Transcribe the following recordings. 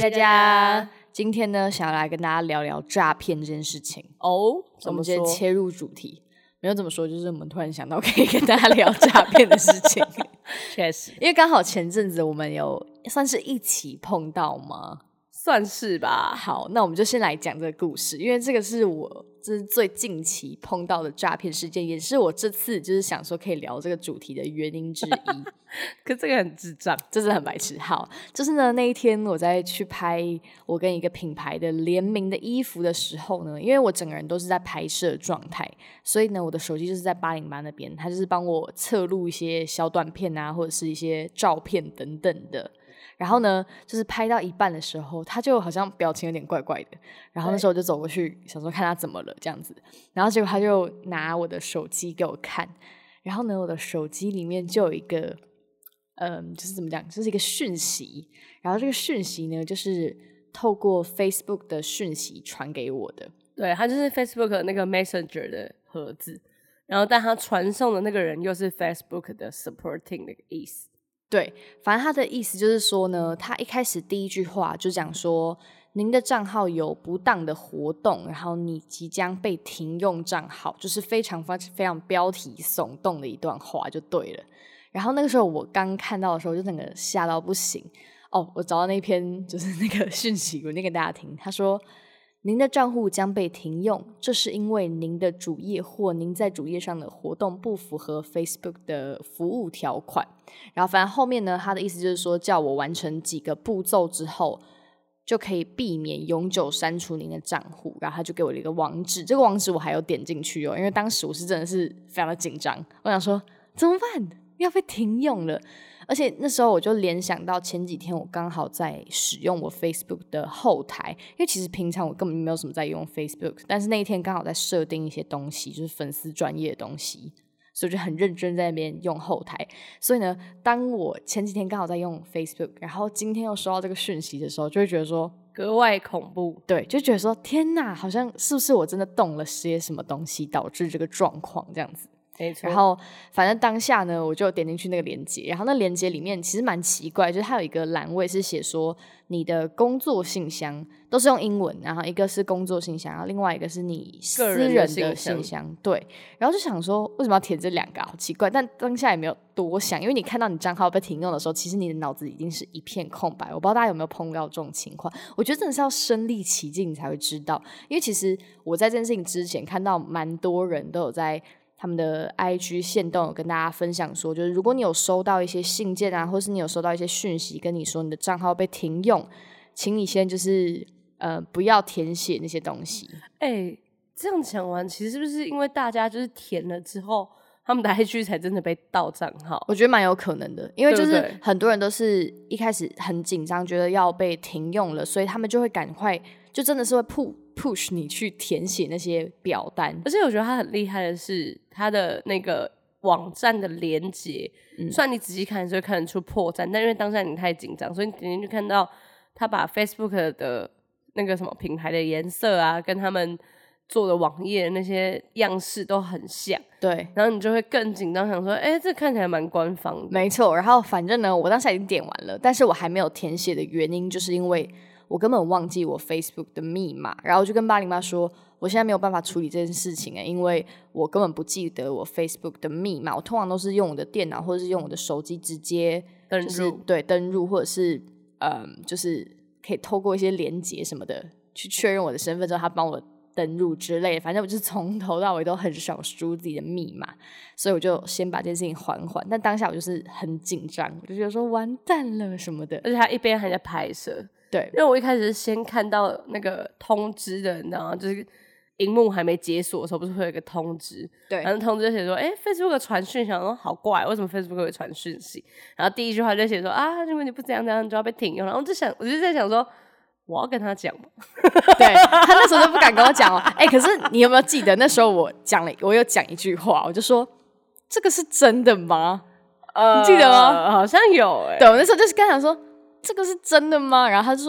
大家，今天呢，想要来跟大家聊聊诈骗这件事情哦。 我们直接切入主题，没有怎么说，就是我们突然想到可以跟大家聊诈骗的事情。 确实， 因为刚好前阵子我们有算是一起碰到吗？ 算是吧。 好，那我们就先来讲这个故事，因为这个是我就是最近期碰到的诈骗事件，也是我这次就是想说可以聊这个主题的原因之一。 可这个很智障， 这是很白痴。好，就是呢那一天我在去拍我跟一个品牌的联名的衣服的时候呢，因为我整个人都是在拍摄状态，所以呢我的手机就是在808那边，它就是帮我侧录一些小短片啊，或者是一些照片等等的。然后呢就是拍到一半的时候，他就好像表情有点怪怪的，然后那时候我就走过去想说看他怎么了这样子，然后结果他就拿我的手机给我看，然后呢我的手机里面就有一个就是怎么讲，就是一个讯息，然后这个讯息呢就是透过 Facebook 的讯息传给我的。 对，它就是 Facebook 的那个 Messenger 的盒子，然后但他传送的那个人又是 Facebook 的 supporting 的意思。 对，反正他的意思就是说呢，他一开始第一句话就讲说您的账号有不当的活动，然后你即将被停用账号，就是非常标题耸动的一段话就对了。然后那个时候我刚看到的时候就整个吓到不行哦，我找到那篇就是那个讯息，我念给大家听。他说您的账户将被停用，这是因为您的主页或您在主页上的活动不符合 Facebook 的服务条款。然后反正后面呢，他的意思就是说叫我完成几个步骤之后就可以避免永久删除您的账户，然后他就给我了一个网址，这个网址我还有点进去哦，因为当时我是真的是非常的紧张，我想说怎么办，要被停用了。而且那时候我就联想到前几天我刚好在使用我 Facebook 的后台，因为其实平常我根本没有什么在用 Facebook， 但是那一天刚好在设定一些东西，就是粉丝专页的东西，所以我就很认真在那边用后台。所以呢，当我前几天刚好在用 Facebook， 然后今天又收到这个讯息的时候，就会觉得说格外恐怖。 对，就觉得说天哪，好像是不是我真的动了些什么东西导致这个状况这样子。 没错。 然后反正当下呢我就点进去那个连结，然后那连结里面其实蛮奇怪，就是它有一个栏位是写说你的工作信箱都是用英文，然后一个是工作信箱，然后另外一个是你私人的信箱。对，然后就想说为什么要填这两个，好奇怪，但当下也没有多想，因为你看到你账号被停用的时候，其实你的脑子已经是一片空白。我不知道大家有没有碰到这种情况，我觉得真的是要身临其境你才会知道，因为其实我在这件事情之前看到蛮多人都有在他们的 IG 限动有跟大家分享说，就是如果你有收到一些信件啊，或是你有收到一些讯息跟你说你的账号被停用，请你先就是不要填写那些东西。 这样讲完，其实是不是因为大家就是填了之后，他们的 IG 才真的被盗账号？ 我觉得蛮有可能的，因为就是很多人都是一开始很紧张，觉得要被停用了，所以他们就会赶快，就真的是会push 你去填写那些表单。 而且我觉得他很厉害的是他的那个网站的连结，虽然你仔细看就会看得出破绽，但因为当下你太紧张，所以你点进去看到他把 Facebook 的那个什么品牌的颜色啊，跟他们做的网页那些样式都很像。 对， 然后你就会更紧张，想说这看起来蛮官方的。 没错，然后反正呢我当时已经点完了，但是我还没有填写的原因就是因为我根本忘记我 Facebook 的密码，然后我就跟808说我现在没有办法处理这件事情因为我根本不记得我 Facebook 的密码，我通常都是用我的电脑或者是用我的手机直接登入， 对，登入，或者是就是可以透过一些连结什么的去确认我的身份之后他帮我登入之类的，反正我就是从头到尾都很少输自己的密码，所以我就先把这件事情缓缓，但当下我就是很紧张，我就觉得说完蛋了什么的。而且他一边还在拍摄。对，因为我一开始是先看到那个通知的，你知道吗？就是荧幕还没解锁的时候，不是会有一个通知？对，然后通知就写说，Facebook 传讯，想说好怪，为什么 Facebook 会传讯息？然后第一句话就写说如果你不这样你就要被停用。然后我就在想说，我要跟他讲嘛。 对，他那时候就不敢跟我讲哦。可是你有没有记得那时候我有讲一句话，我就说这个是真的吗？你记得吗？ 好像有对，我那时候就是跟他讲说这个是真的吗？然后他就说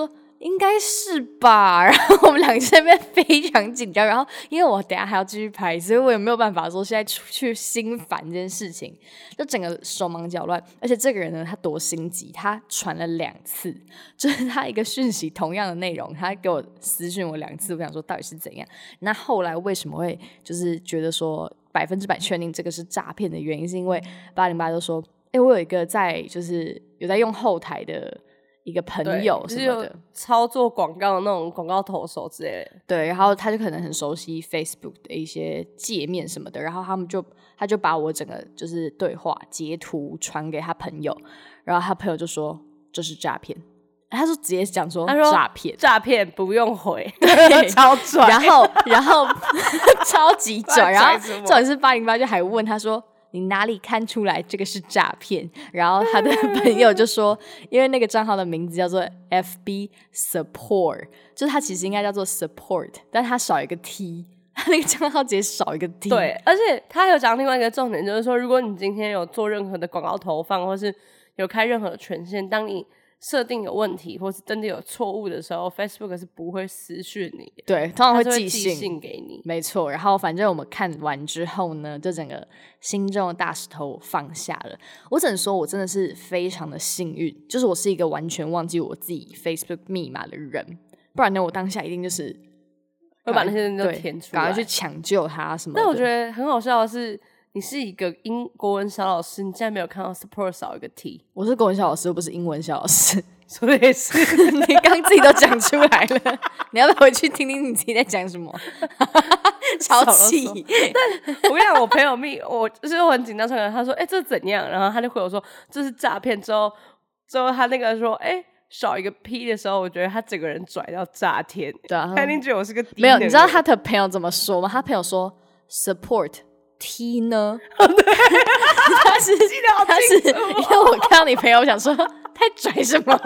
应该是吧，然后我们两个在那边非常紧张，然后因为我等一下还要继续拍，所以我也没有办法说现在出去心烦这件事情，就整个手忙脚乱。而且这个人呢，他多心急，他传了2次，就是他一个讯息同样的内容，他给我私讯我2次，我想说到底是怎样。那后来为什么会就是觉得说100%确定这个是诈骗的原因，是因为808就说，我有一个就是有在用后台的一个朋友什么的， 就是操作广告的那种广告投手之类的。 对，然后他就可能很熟悉 Facebook 的一些界面什么的，然后他就把我整个就是对话截图传给他朋友，然后他朋友就说这是诈骗，他就直接讲说诈骗不用回， 对， 超拽， 然后超级拽，然后重点是808就还问他说，你哪里看出来这个是诈骗？然后他的朋友就说，因为那个账号的名字叫做 FB Support， 就是他其实应该叫做 Support， 但他少一个 T， 他那个账号直接少一个 T。 对，而且他有讲另外一个重点，就是说，如果你今天有做任何的广告投放，或是有开任何的权限，当你设定有问题或是真的有错误的时候 Facebook 是不会私讯你， 对，通常会寄信给你， 没错。然后反正我们看完之后呢，就整个心中的大石头放下了。我只能说我真的是非常的幸运，就是我是一个完全忘记我自己 Facebook 密码的人，不然呢我当下一定就是会把那些人都填出来， 赶快去抢救他什么的。 但我觉得很好笑的是，你是一个国文小老师，你竟然没有看到 support 少一个 T。 我是国文小老师，我不是英文小老师， 说的也是。 你刚自己都讲出来了，你要不要回去听听你自己在讲什么？超气！ 但我跟你讲，我朋友我就是我很紧张，他说：“这怎样？”然后他就回我说：“这是诈骗。”之后他那个说：“少一个 P 的时候，我觉得他整个人拽到炸天。” 对啊， 他一定觉得我是个没有。你知道他的朋友怎么说吗？他朋友说 ：“support。” T 呢？他是因为我看到你朋友，我想说太拽什么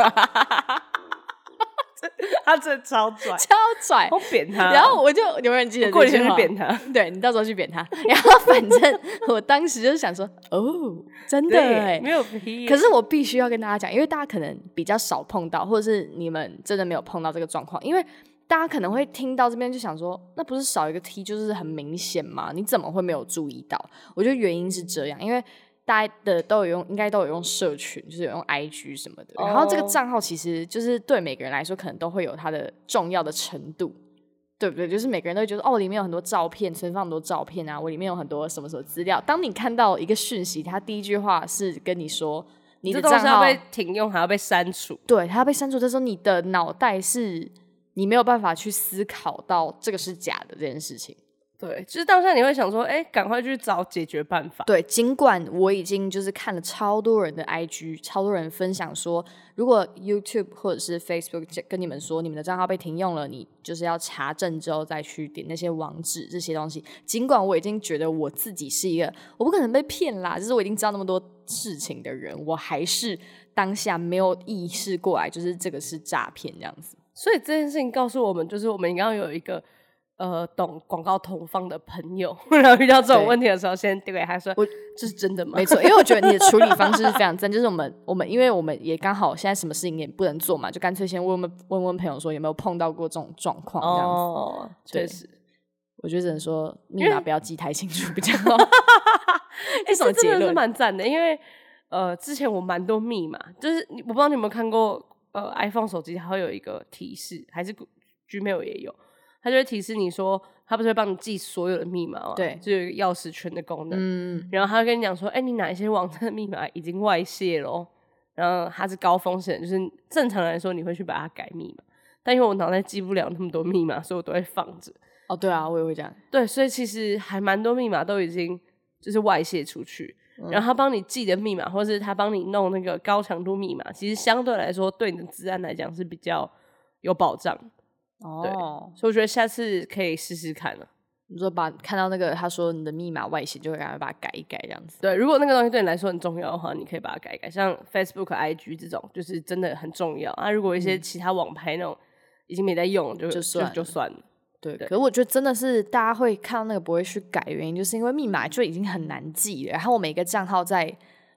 他真的超拽，我扁他。 然后我就有没有人记得过去扁他？ 对，你到时候去扁他。然后反正我当时就想说，真的没有 P。 可是我必须要跟大家讲，因为大家可能比较少碰到，或者是你们真的没有碰到这个状况，因为大家可能会听到这边就想说，那不是少一个 T 就是很明显吗？你怎么会没有注意到？我觉得原因是这样，因为大家应该都有用社群，就是有用 IG 什么的。然后这个账号其实就是对每个人来说，可能都会有它的重要的程度，对不对？就是每个人都会觉得里面有很多照片，存放很多照片啊，我里面有很多什么什么资料。当你看到一个讯息，他第一句话是跟你说你的账号要被停用，还要被删除， 对，它要被删除的时候，你的脑袋是你没有办法去思考到这个是假的这件事情。 对，就是当下你会想说，赶快去找解决办法。 对，尽管我已经就是看了超多人的 IG， 超多人分享说，如果 YouTube 或者是 Facebook 跟你们说你们的账号被停用了，你就是要查证之后再去点那些网址这些东西。尽管我已经觉得我自己是一个我不可能被骗啦，就是我已经知道那么多事情的人，我还是当下没有意识过来，就是这个是诈骗这样子。 所以这件事情告诉我们，就是我们应该要有一个懂广告投放的朋友，然后遇到这种问题的时候，先丢给他说：“这是真的吗？” 没错，因为我觉得你的处理方式是非常赞，就是我们因为我们也刚好现在什么事情也不能做嘛，就干脆先问问朋友说有没有碰到过这种状况这样子。 确实， 我觉得只能说密码不要记太清楚比较好。这什么结论？ 真的是蛮赞的，因为之前我蛮多密码，就是我不知道你有没有看过。iPhone 手机它会有一个提示，还是 Gmail 也有，它就会提示你说，它不是会帮你记所有的密码吗？ 对， 就有一个钥匙圈的功能。然后它会跟你讲说，你哪一些网站的密码已经外泄了，然后它是高风险，就是正常来说你会去把它改密码，但因为我脑袋记不了那么多密码，所以我都会放着。 对啊，我也会这样。 对，所以其实还蛮多密码都已经就是外泄出去。然后他帮你记的密码，或是他帮你弄那个高强度密码，其实相对来说对你的资安来讲是比较有保障。对，所以我觉得下次可以试试看了。 你说看到那个他说你的密码外泄，就会赶快把它改一改这样子。 对，如果那个东西对你来说很重要的话，你可以把它改一改。像 Facebook、IG 这种，就是真的很重要啊。如果一些其他网拍那种已经没在用，就算了。 对，可是我觉得真的是大家会看到那个不会去改的原因，就是因为密码就已经很难记了，然后我每个账号在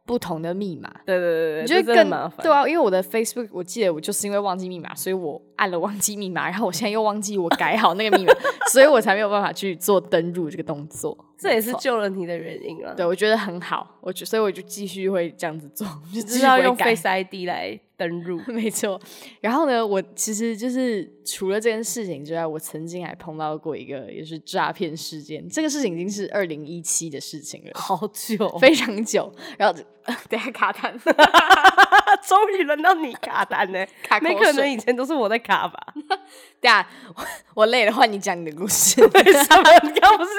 不同的密码。 对对对对， 你觉得更麻烦。 对啊，因为我的 Facebook 我记得我就是因为忘记密码，所以我按了忘记密码，然后我现在又忘记我改好那个密码，所以我才没有办法去做登入这个动作。 这也是救了你的原因啊。 对，我觉得很好，所以我就继续会这样子做， 就是要用 Face ID 来登入。 没错。然后呢，我其实就是除了这件事情之外，我曾经还碰到过一个也是诈骗事件。这个事情已经是2017的事情了， 好久， 非常久。然后等一下卡单， 终于轮到你卡单了。没可能以前都是我在卡吧？ 对啊，我累了，换你讲你的故事。 为什么？你刚不是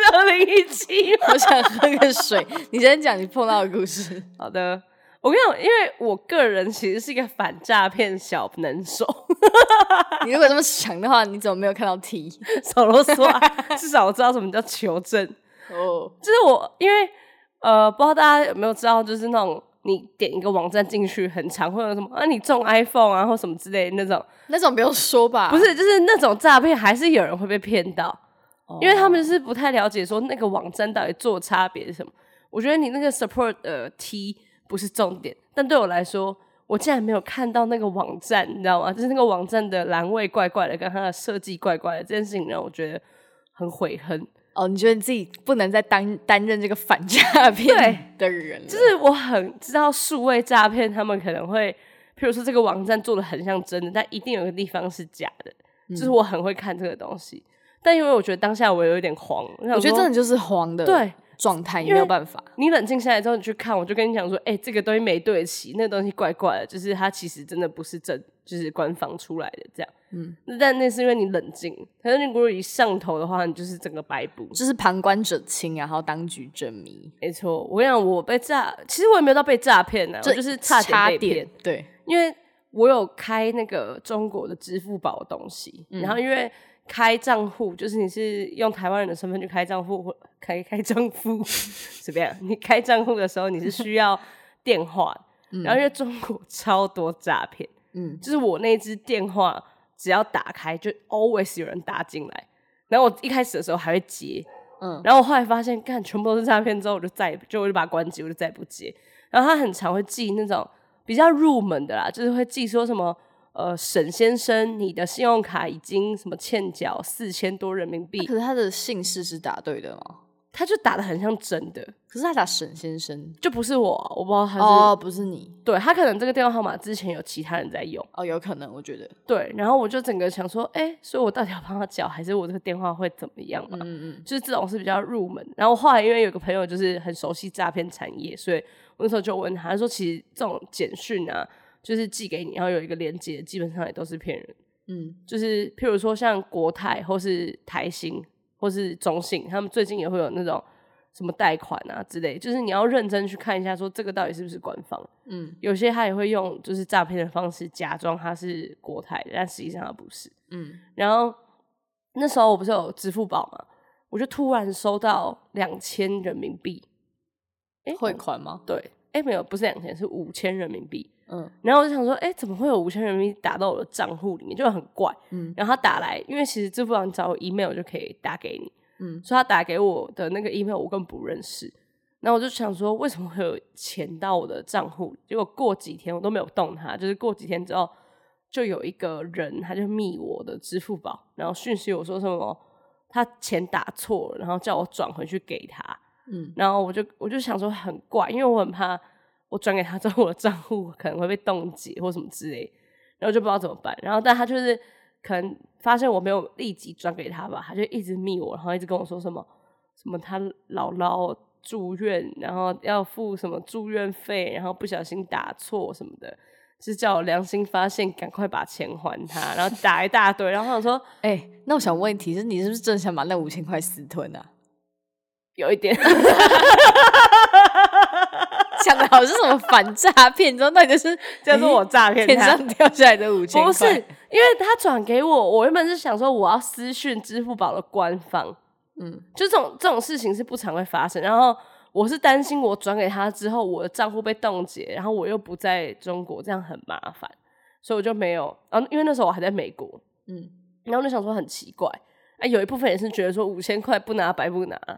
2017吗？ 我想喝个水。你先讲你碰到的故事。 好的，我跟你讲，因为我个人其实是一个反诈骗小能手。 你如果这么想的话，你怎么没有看到 T？ 少啰嗦啊！至少我知道什么叫求证。 哦， 就是我，因为不知道大家有没有知道，就是那种你点一个网站进去，很常会有什么你中 iPhone 啊或什么之类的那种不用说吧？ 不是，就是那种诈骗，还是有人会被骗到，因为他们就是不太了解说那个网站到底做差别是什么。我觉得你那个 support T 不是重点，但对我来说，我竟然没有看到那个网站，你知道吗？就是那个网站的栏位怪怪的，跟它的设计怪怪的，这件事情让我觉得很悔恨。 哦，你觉得你自己不能再担任这个反诈骗的人了？ 就是我很知道数位诈骗，他们可能会，譬如说这个网站做的很像真的，但一定有个地方是假的。就是我很会看这个东西，但因为我觉得当下我有一点慌， 我觉得真的就是慌的状态，也没有办法。 你冷静下来之后，你去看，我就跟你讲说，这个东西没对齐，那个东西怪怪的，就是它其实真的不是就是官方出来的这样。但那是因为你冷静，可是你如果一上头的话，你就是整个白布， 就是旁观者清，然后当局者迷。 没错，我跟你讲，我被其实我也没有到被诈骗啊，我就是差点被骗。 对， 因为我有开那个中国的支付宝的东西，然后因为开账户，就是你是用台湾人的身份去开账户，开账户怎么样？你开账户的时候，你是需要电话，然后因为中国超多诈骗，就是我那支电话只要打开，就 always 有人打进来，然后我一开始的时候还会接，然后我后来发现，干全部都是诈骗之后，我就把它关机，我就再也不接。然后他很常会寄那种比较入门的啦，就是会寄说什么沈先生，你的信用卡已经什么欠缴4000多人民币。 可是他的姓氏是打对的吗？ 他就打得很像真的， 可是他打沈先生， 就不是我不知道他是不是你。 对，他可能这个电话号码之前有其他人在用有可能，我觉得对。然后我就整个想说，所以我到底要帮他缴，还是我这个电话会怎么样嘛？就是这种是比较入门。然后后来因为有个朋友就是很熟悉诈骗产业，所以我那时候就问他说，其实这种简讯啊，就是寄给你，然后有一个连结，基本上也都是骗人。就是譬如说像国泰或是台新或是中信，他们最近也会有那种什么贷款啊之类，就是你要认真去看一下说这个到底是不是官方。有些他也会用就是诈骗的方式假装他是国泰的，但实际上他不是。然后那时候我不是有支付宝嘛，我就突然收到2000人民币汇款吗？ 对，没有，不是2000，是5000人民币。然后我就想说，怎么会有5000人民币打到我的账户里面，就很怪。然后他打来，因为其实支付宝你找我 email 就可以打给你，所以他打给我的那个 email 我根本不认识。然后我就想说，为什么会有钱到我的账户？结果过几天我都没有动它，就是过几天之后，就有一个人他就密我的支付宝，然后讯息我说什么他钱打错了，然后叫我转回去给他。然后我就想说很怪，因为我很怕我转给他之后我的账户可能会被冻结或什么之类，然后就不知道怎么办。然后但他就是可能发现我没有立即转给他吧，他就一直密我，然后一直跟我说什么他姥姥住院，然后要付什么住院费，然后不小心打错什么的，就是叫我良心发现赶快把钱还他，然后打一大堆。然后我说那我想问题是，你是不是真的想把那5000块私吞啊？ 有一点讲的好像是什么反诈骗，之后那就是我诈骗他天上掉下来的5000块。 不是，因为他转给我，我原本是想说我要私讯支付宝的官方，就这种事情是不常会发生。然后我是担心我转给他之后，我的账户被冻结，然后我又不在中国，这样很麻烦，所以我就没有。因为那时候我还在美国，然后就想说很奇怪，有一部分也是觉得说5000块不拿白不拿。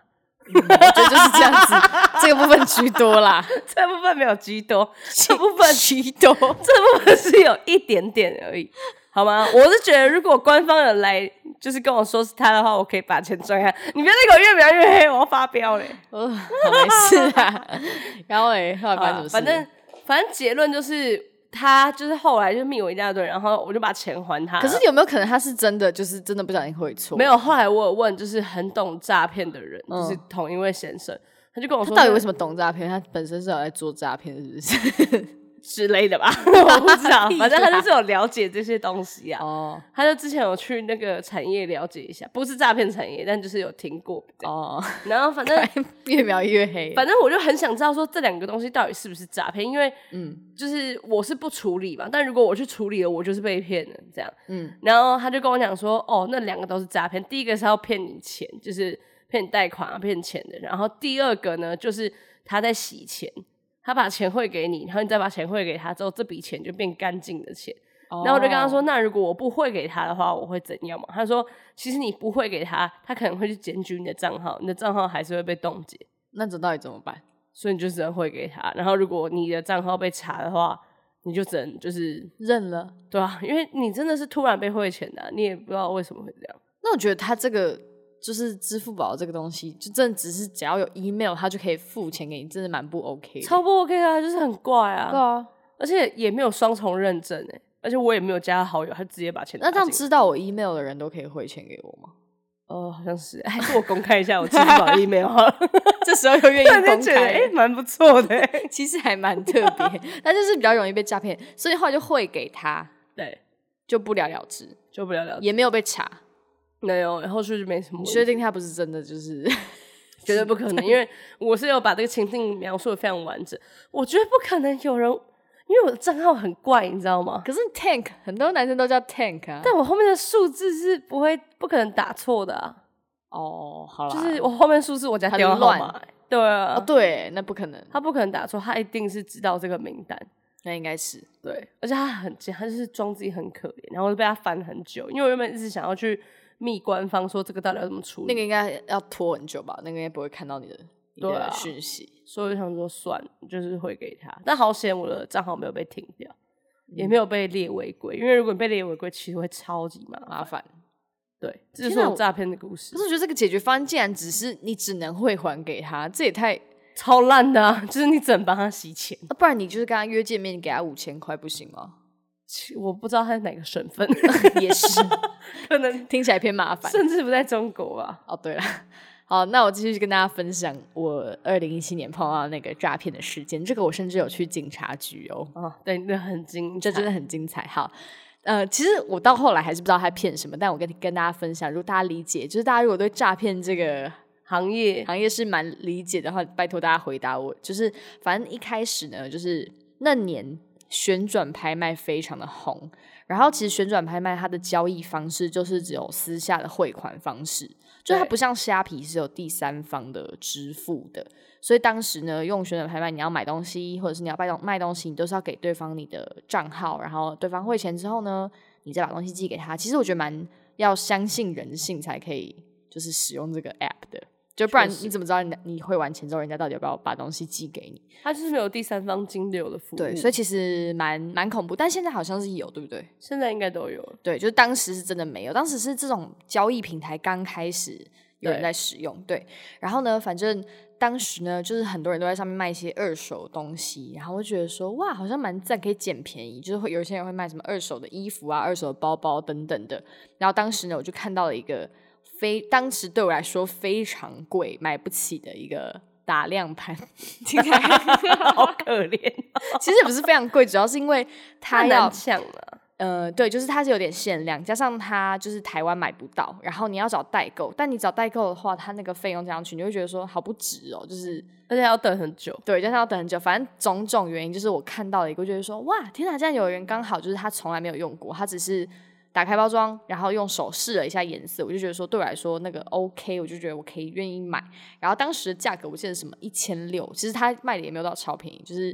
我觉得就是这样子，这个部分居多啦。 这部分没有居多，这部分居多， 这部分是有一点点而已，好吗？我是觉得如果官方人来就是跟我说是他的话，我可以把钱赚开。你不要那个越描越黑，我要发飙嘞。 好没事啊。然后后来发生什么事？ 反正结论就是他就是后来就密我一大堆，然后我就把钱还他。 可是有没有可能他是真的就是真的不小心汇错？ 没有，后来我有问就是很懂诈骗的人，就是同一位先生，他就跟我说他到底为什么懂诈骗？他本身是有在做诈骗是不是？ 之类的吧，我不知道，反正他就是有了解这些东西啊。哦，他就之前有去那个产业了解一下，不是诈骗产业，但就是有听过。哦，然后反正越描越黑。 反正我就很想知道说这两个东西到底是不是诈骗，因为就是我是不处理嘛，但如果我去处理了，我就是被骗了这样。然后他就跟我讲说，哦，那两个都是诈骗，第一个是要骗你钱，就是骗你贷款啊，骗钱的，然后第二个呢，就是他在洗钱。他把钱汇给你，然后你再把钱汇给他之后，这笔钱就变干净的钱。然后我就跟他说，那如果我不汇给他的话，我会怎样嘛？他说，其实你不汇给他，他可能会去检举你的账号，你的账号还是会被冻结。 那这到底怎么办？ 所以你就只能汇给他。然后如果你的账号被查的话，你就只能就是认了， 对啊，因为你真的是突然被汇钱的，你也不知道为什么会这样。 那我觉得他这个。就是支付宝这个东西，就真的只是只要有 email， 他就可以付钱给你，真的蛮不 OK 的， 超不 OK 啊，就是很怪啊。 对啊， 而且也没有双重认证而且我也没有加好友，他直接把钱拿进。 那这样知道我 email 的人都可以汇钱给我吗？ 好像是，还是我公开一下我支付宝 email 好了。 这时候又愿意公开， 蛮不错的其实还蛮特别，但就是比较容易被诈骗，所以后来就汇给他， 对， 就不了了之，也没有被查。 没有，后续就没什么问题。 你确定他不是真的？就是绝对不可能，因为我是有把这个情境描述的非常完整。我觉得不可能有人，因为我的账号很怪，你知道吗？ 可是 Tank 很多男生都叫 Tank 啊， 但我后面的数字是不可能打错的啊。 哦，好啦， 就是我后面数字我加电话号码，对啊， 对，那不可能， 他不可能打错，他一定是知道这个名单。 那应该是对，而且他很贱，他就是装自己很可怜，然后就被他烦很久，因为我原本一直想要去密官方说这个到底要怎么处理， 那个应该要拖很久吧，那个应该不会看到你的讯息， 所以我想说算了，就是会给他，但好险我的账号没有被停掉，也没有被列违规，因为如果你被列违规，其实会超级麻烦。对，这就是我诈骗的故事。 可是我觉得这个解决方案竟然只是你只能汇还给他，这也太超烂的啊！就是你只能帮他洗钱， 不然你就是跟他约见面，你给他5000块不行吗？ 我不知道他是哪个省份， 也是， 可能听起来偏麻烦， 甚至不在中国吧。 哦，对了，好，那我继续跟大家分享我2017年碰到那个诈骗的事件。这个我甚至有去警察局哦。 对，那很精彩， 这真的很精彩。好，其实我到后来还是不知道他骗什么，但我跟大家分享，如果大家理解，就是大家如果对诈骗这个行业是蛮理解的话，拜托大家回答我。就是反正一开始呢，就是那年旋转拍卖非常的红，然后其实旋转拍卖它的交易方式就是只有私下的汇款方式，就它不像虾皮是有第三方的支付的，所以当时呢用旋转拍卖，你要买东西或者是你要卖东西，你都是要给对方你的账号，然后对方汇钱之后呢，你再把东西寄给他。其实我觉得蛮要相信人性才可以就是使用这个 app 的，就不然你怎么知道你汇完钱之后人家到底要不要把东西寄给你？ 他就是没有第三方金流的服务， 对，所以其实蛮恐怖，但现在好像是有，对不对？ 现在应该都有， 对，就是当时是真的没有，当时是这种交易平台刚开始有人在使用， 对。然后呢，反正当时呢，就是很多人都在上面卖一些二手东西，然后我就觉得说，哇，好像蛮赞，可以捡便宜，就是会有些人会卖什么二手的衣服啊、二手的包包等等的。然后当时呢，我就看到了一个当时对我来说非常贵、买不起的一个打量盘，听起来好可怜。 其实也不是非常贵，主要是因为它要抢了。 对，就是它是有点限量，加上它就是台湾买不到，然后你要找代购，但你找代购的话，它那个费用加上去，你会觉得说好不值哦，就是而且要等很久。 对，加上要等很久，反正种种原因，就是我看到了一个，觉得说哇，天哪，这样有人刚好就是他从来没有用过，他只是打开包装，然后用手试了一下颜色，我就觉得说对我来说那个 OK， 我就觉得我可以愿意买。然后当时的价格我记得什么1600，其实他卖的也没有到超便宜，就是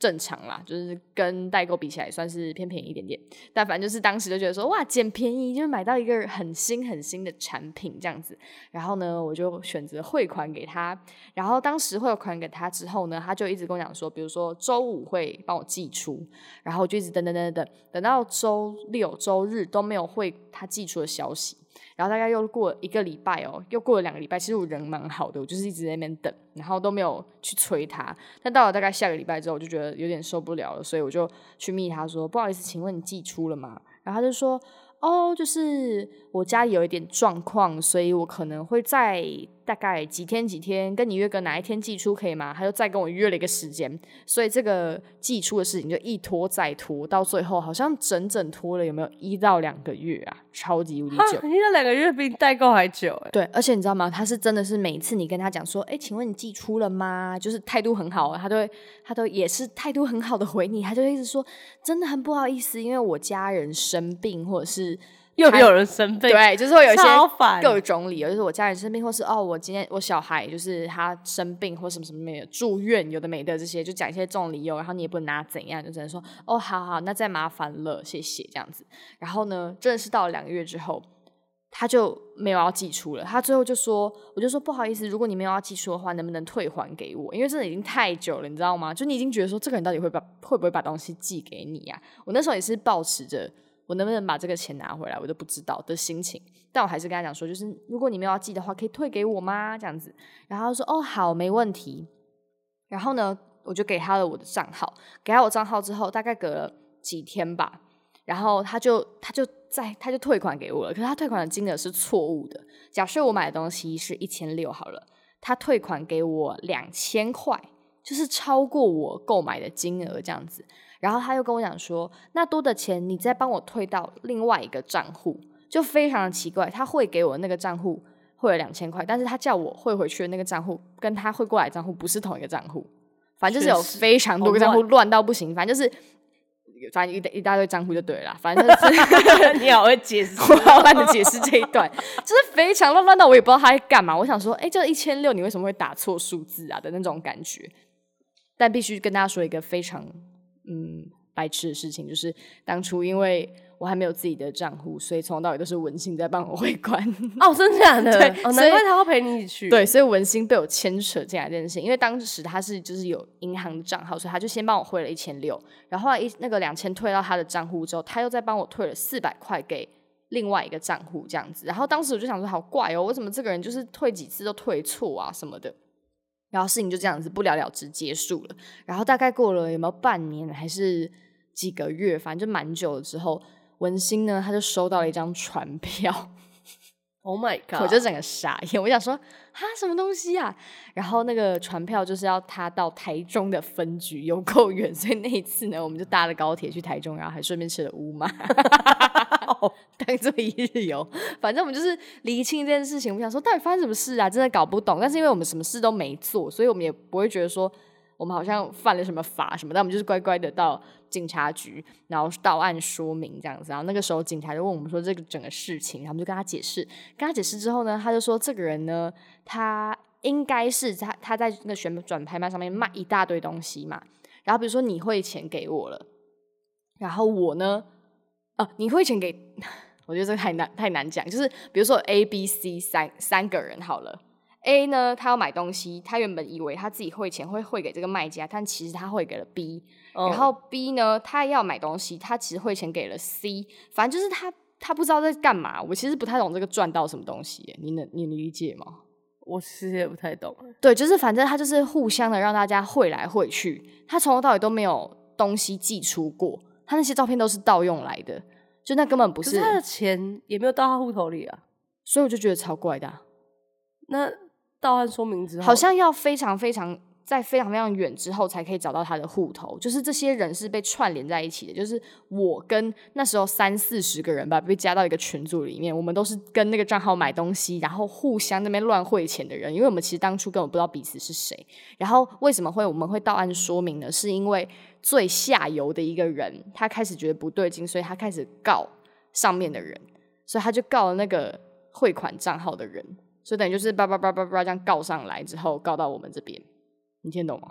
正常啦，就是跟代购比起来算是偏便宜一点点，但反正就是当时就觉得说哇捡便宜，就是买到一个很新的产品这样子。然后呢我就选择汇款给他，然后当时汇款给他之后呢，他就一直跟我讲说比如说周五会帮我寄出，然后就一直等到周六周日都没有汇他寄出的消息，然后大概又过了1个礼拜又过了2个礼拜，其实我人蛮好的，我就是一直在那边等，然后都没有去催他。但到了大概下个礼拜之后，我就觉得有点受不了了，所以我就去密他说不好意思请问你寄出了吗？然后他就说就是我家里有一点状况，所以我可能会在大概几天跟你约个哪一天寄出可以吗？他就再跟我约了一个时间，所以这个寄出的事情就一拖再拖，到最后好像整拖了有没有1到2个月啊，超级无敌久。 1到2个月比代购还久对，而且你知道吗，他是真的是每一次你跟他讲说请问你寄出了吗，就是态度很好，他都也是态度很好的回你，他就一直说真的很不好意思，因为我家人生病，或者是又有人生病， 对，就是会有一些各种理由，就是我家人生病，或是我今天我小孩就是他生病或什么什么没有住院，有的没的这些，就讲一些这种理由，然后你也不能拿怎样，就只能说好，那再麻烦了，谢谢这样子。然后呢，真的是到了2个月之后，他就没有要寄出了，他最后就说，我就说不好意思，如果你没有要寄出的话，能不能退还给我？因为真的已经太久了，你知道吗？就你已经觉得说这个人到底会不会把东西寄给你啊？我那时候也是抱持着我能不能把这个钱拿回来我都不知道的心情，但我还是跟他讲说，就是如果你没有要寄的话，可以退给我吗？这样子，然后他就说好，没问题。然后呢，我就给他了我的账号，给他我账号之后，大概隔了几天吧，然后他就退款给我了，可是他退款的金额是错误的。假设我买的东西是1600好了，他退款给我2000块，就是超过我购买的金额这样子。然后他又跟我讲说，那多的钱你再帮我退到另外一个账户，就非常的奇怪，他汇给我那个账户汇了2000块，但是他叫我汇回去的那个账户跟他汇过来的账户不是同一个账户，反正就是有非常多个账户，乱到不行，反正就是一大堆账户就对了，反正就是你好会解释， 我好懒得解释这一段，就是非常乱到我也不知道他在干嘛。我想说这1600你为什么会打错数字啊的那种感觉。但必须跟大家说一个非常白痴的事情，就是当初因为我还没有自己的账户，所以从头到尾都是文心在帮我汇款。 真的假的？ 对， 难怪他会陪你一起去。 对，所以文心被我牵扯进来这件事情，因为当时他是就是有银行的账号，所以他就先帮我汇了1600，然后后来那个2000退到他的账户之后，他又再帮我退了400块给另外一个账户这样子。然后当时我就想说好怪为什么这个人就是退几次都退错啊什么的。然后事情就这样子不了了之结束了。然后大概过了有没有半年还是几个月，反正就蛮久了之后，文心呢他就收到了一张传票。 Oh my god！ 我就整个傻眼，我想说什么东西啊？然后那个传票就是要他到台中的分局，有够远，所以那一次呢我们就搭了高铁去台中，然后还顺便吃了乌马当做一日游。反正我们就是厘清这件事情，我们想说到底发生什么事啊，真的搞不懂。但是因为我们什么事都没做，所以我们也不会觉得说我们好像犯了什么法什么，但我们就是乖乖的到警察局，然后到案说明这样子。然后那个时候警察就问我们说这个整个事情，然后我们就跟他解释之后呢，他就说这个人呢他应该是他在那个旋转拍卖上面卖一大堆东西嘛，然后比如说你汇钱给我了，然后我呢你汇钱给我觉得这个太难讲，就是比如说 A、B、C 三个人好了。A 呢他要买东西，他原本以为他自己汇钱会汇给这个卖家，但其实他汇给了 B、然后 B 呢他要买东西，他其实汇钱给了 C， 反正就是他不知道在干嘛。我其实不太懂这个赚到什么东西，你理解吗？ 我其实也不太懂。 对，就是反正他就是互相的让大家汇来汇去，他从头到尾都没有东西寄出过，他那些照片都是盗用来的，就那根本不是。 可是他的钱也没有到他户头里啊， 所以我就觉得超怪的那到案说明之后， 好像要非常非常远之后才可以找到他的户头，就是这些人是被串联在一起的，就是我跟那时候30-40个人吧被加到一个群组里面，我们都是跟那个账号买东西，然后互相那边乱汇钱的人，因为我们其实当初根本不知道彼此是谁。然后为什么我们会到案说明呢？是因为最下游的一个人他开始觉得不对劲，所以他开始告上面的人，所以他就告了那个汇款账号的人，所以等于就是叭叭叭叭叭这样告上来之后，告到我们这边，你听懂吗？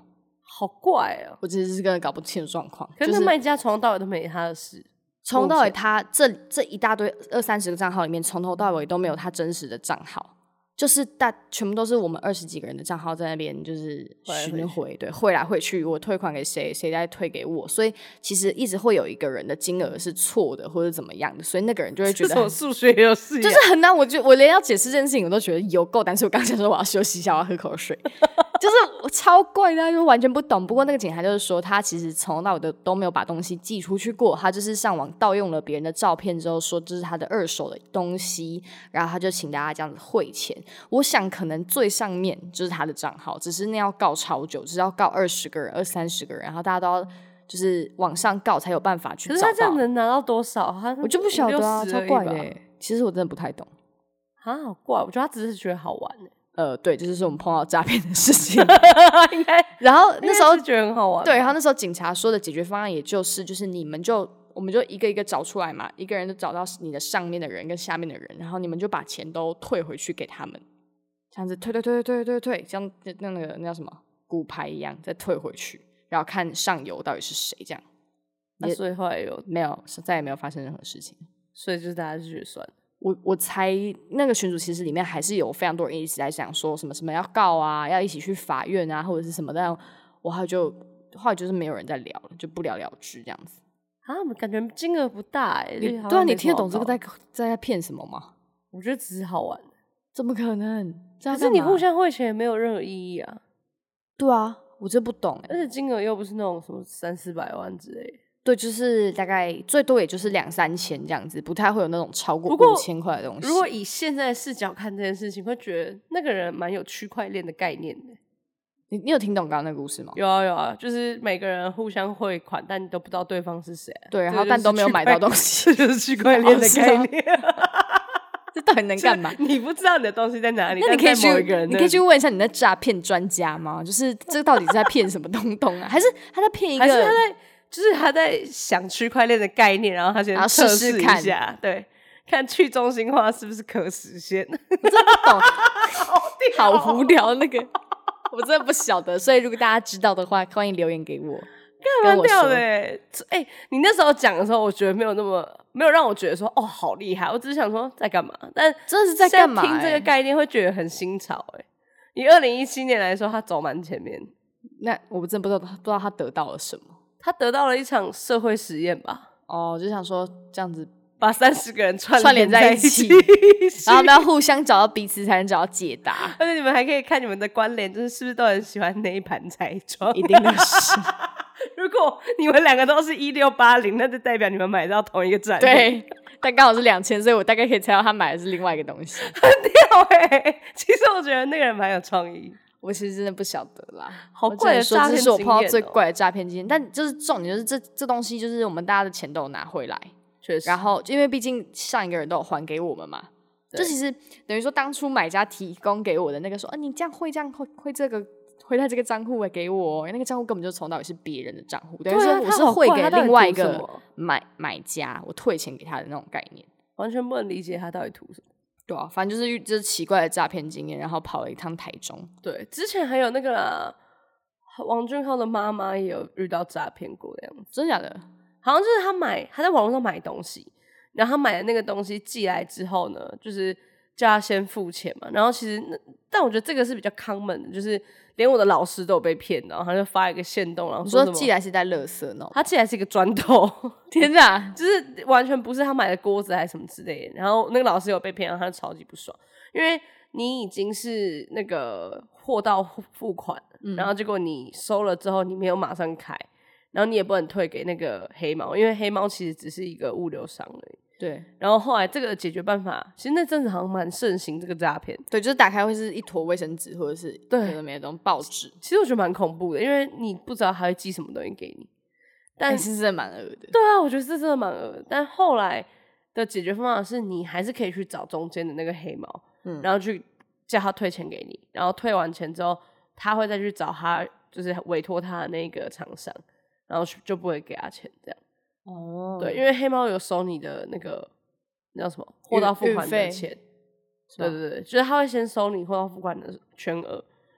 好怪哦！ 我其实是根本搞不清楚状况。 可是卖家从头到尾都没他的事， 从头到尾他这一大堆20-30个账号里面，从头到尾都没有他真实的账号。就是全部都是我们20几个人的账号在那边，就是巡回，对，汇来汇去，我退款给谁，谁再退给我，所以其实一直会有一个人的金额是错的或者怎么样的，所以那个人就会觉得这数学有事， 就是很难。我连要解释这件事情我都觉得有够，但是我刚想说我要休息一下，我要喝口水，就是我超怪的，就完全不懂。不过那个警察就是说，他其实从头到尾都没有把东西寄出去过，他就是上网盗用了别人的照片之后，说这是他的二手的东西，然后他就请大家这样子汇钱。我想可能最上面就是他的账号，只是那要告超久，只是要告20个人、20-30个人，然后大家都要就是往上告才有办法去找到。 可是他这样能拿到多少？ 我就不晓得啊，超怪的欸。其实我真的不太懂啊，好怪。我觉得他只是觉得好玩欸。 对，就是我们碰到诈骗的事情， 应该。 然后那时候觉得很好玩， 对，然后那时候警察说的解决方案也就是我们就一个一个找出来嘛，一个人就找到你的上面的人跟下面的人，然后你们就把钱都退回去给他们，这样子退，这样那叫什么骨牌一样再退回去，然后看上游到底是谁这样。 所以后来没有，再也没有发生任何事情， 所以就是大家就觉得算了。 我猜那个群组其实里面还是有非常多人一直在想说什么要告啊，要一起去法院啊，或者是什么，但我后来就是没有人在聊了，就不了了之这样子。 啊，感觉金额不大对啊，你听得懂这个在骗什么吗？ 我觉得只是好玩。 怎么可能？ 可是你互相汇钱也没有任何意义啊。 对啊，我真不懂而且金额又不是那种什么300-400万之类的。 对，就是大概最多也就是2-3千这样子，不太会有那种超过5000块的东西。 如果以现在的视角看这件事情，会觉得那个人蛮有区块链的概念的。 你有听懂刚刚那个故事吗？ 有啊，就是每个人互相汇款，但你都不知道对方是谁。 对，然后但都没有买到东西， 这就是区块链的概念。 这到底能干嘛？ 你不知道你的东西在哪里， 那你可以去问一下你的诈骗专家吗？就是这到底是在骗什么东啊？还是他在骗一个？ 还是他在想区块链的概念，然后他先测试一下，对，看去中心化是不是可实现。 我真的不懂，好无聊那个，我真的不晓得。所以如果大家知道的话，欢迎留言给我。 蛮屌的你那时候讲的时候，我觉得没有让我觉得说哦好厉害，我只是想说在干嘛，但真的是在干嘛？ 听这个概念会觉得很新潮以2017年来说，他走蛮前面。 那我真的不知道他得到了什么。 他得到了一场社会实验吧？ 就想说这样子把30个人串联在一起， 然后我们要互相找到彼此才能找到解答。 而且你们还可以看你们的关联，就是不是都很喜欢那一盘彩妆？ 一定的是。 如果你们两个都是1680，那就代表你们买到同一个产品。 对，但刚好是2000，所以我大概可以猜到他买的是另外一个东西。 很屌其实我觉得那个人蛮有创意。 我其实真的不晓得啦， 好怪的诈骗经验。 这是我碰到最怪的诈骗经验，但就是重点就是这东西就是我们大家的钱都有拿回来， 确实。 然后因为毕竟上一个人都有还给我们嘛，就其实等于说当初买家提供给我的那个说，你这样汇这个汇在这个账户给我，那个账户根本就从到底是别人的账户，等于说我是汇给另外一个买家，我退钱给他的那种概念， 完全不能理解他到底图什么。 对啊，反正就是奇怪的诈骗经验，然后跑了一趟台中。 对，之前还有那个啦，王俊浩的妈妈也有遇到诈骗过的样子。 真的假的？ 好像就是他在网络上买东西，然后他买的那个东西寄来之后呢，就是叫他先付钱嘛。然后其实但我觉得这个是比较 common 的，就是连我的老师都有被骗，然后他就发一个限动，然后说寄来是在垃圾呢？ 他寄来是一个砖头， 天哪， 就是完全不是他买的锅子还是什么之类的。然后那个老师有被骗，然后他就超级不爽，因为你已经是那个货到付款，然后结果你收了之后你没有马上开，然后你也不能退给那个黑猫，因为黑猫其实只是一个物流商而已。 对， 然后后来这个解决办法，其实那阵子好像蛮盛行这个诈骗。 对，就是打开会是一坨卫生纸，或者是有的没的那种报纸。 其实我觉得蛮恐怖的，因为你不知道他会寄什么东西给你。但是真的蛮恶的。 对啊，我觉得这真的蛮恶的。但后来的解决方法是你还是可以去找中间的那个黑猫，然后去叫他退钱给你，然后退完钱之后，他会再去找他就是委托他的那个厂商，然后就不会给他钱这样。对，因为黑猫有收你的那个叫什么货到付款的钱，对，就是他会先收你货到付款的全额，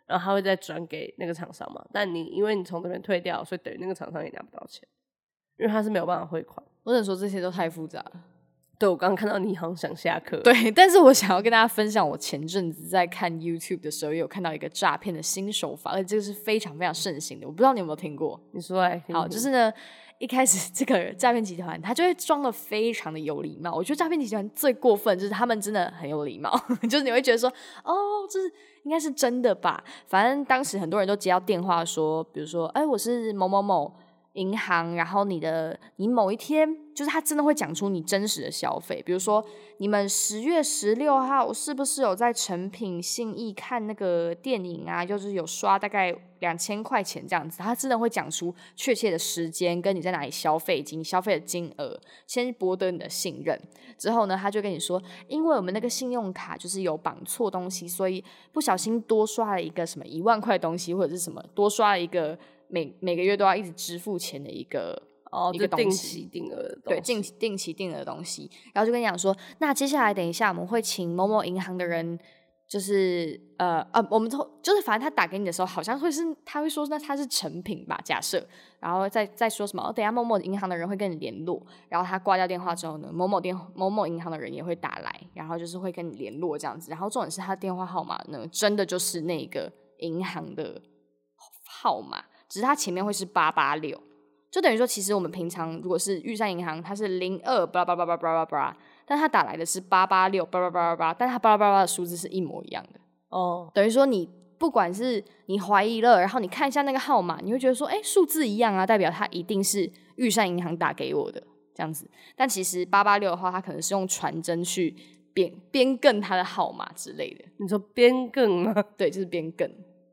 然后他会再转给那个厂商嘛，但因为你从这边退掉，所以等于那个厂商也拿不到钱，因为他是没有办法汇款。 我只能说这些都太复杂了。 对，我刚刚看到你好像想下课。 对，但是我想要跟大家分享，我前阵子在看 YouTube 的时候，也有看到一个诈骗的新手法，而且这个是非常非常盛行的。我不知道你有没有听过？ 你说来听听。 好，就是呢，一开始这个诈骗集团他就会装的非常的有礼貌。我觉得诈骗集团最过分就是他们真的很有礼貌，就是你会觉得说，哦，这是应该是真的吧？反正当时很多人都接到电话说，比如说，哎，我是某某某银行，然后你某一天，就是他真的会讲出你真实的消费，比如说你们10月16号是不是有在诚品信义看那个电影啊，就是有刷大概2000块钱这样子，他真的会讲出确切的时间跟你在哪里消费以及你消费的金额，先博得你的信任。之后呢，他就跟你说，因为我们那个信用卡就是有绑错东西，所以不小心多刷了一个什么1万块的东西，或者是什么多刷了一个每个月都要一直支付钱的一个定期定额的东西。 对，定期定额的东西。然后就跟你讲说，那接下来等一下我们会请某某银行的人，就是我们就是反正他打给你的时候，好像他会说那他是诚品吧，假设，然后再说什么，等一下某某银行的人会跟你联络。然后他挂掉电话之后呢，某某银行的人也会打来，然后就是会跟你联络这样子。然后重点是他的电话号码呢，真的就是那个银行的号码。只是它前面会是886，就等于说，其实我们平常如果是玉山银行，它是02巴拉巴拉巴拉巴拉巴拉，但它打来的是886巴拉巴拉巴拉，但它巴拉巴拉的数字是一模一样的。哦，等于说你不管是你怀疑了，然后你看一下那个号码，你会觉得说，哎，数字一样啊，代表它一定是玉山银行打给我的这样子。但其实886的话，它可能是用传真去编更它的号码之类的。 你说编更吗？ 对，就是编更。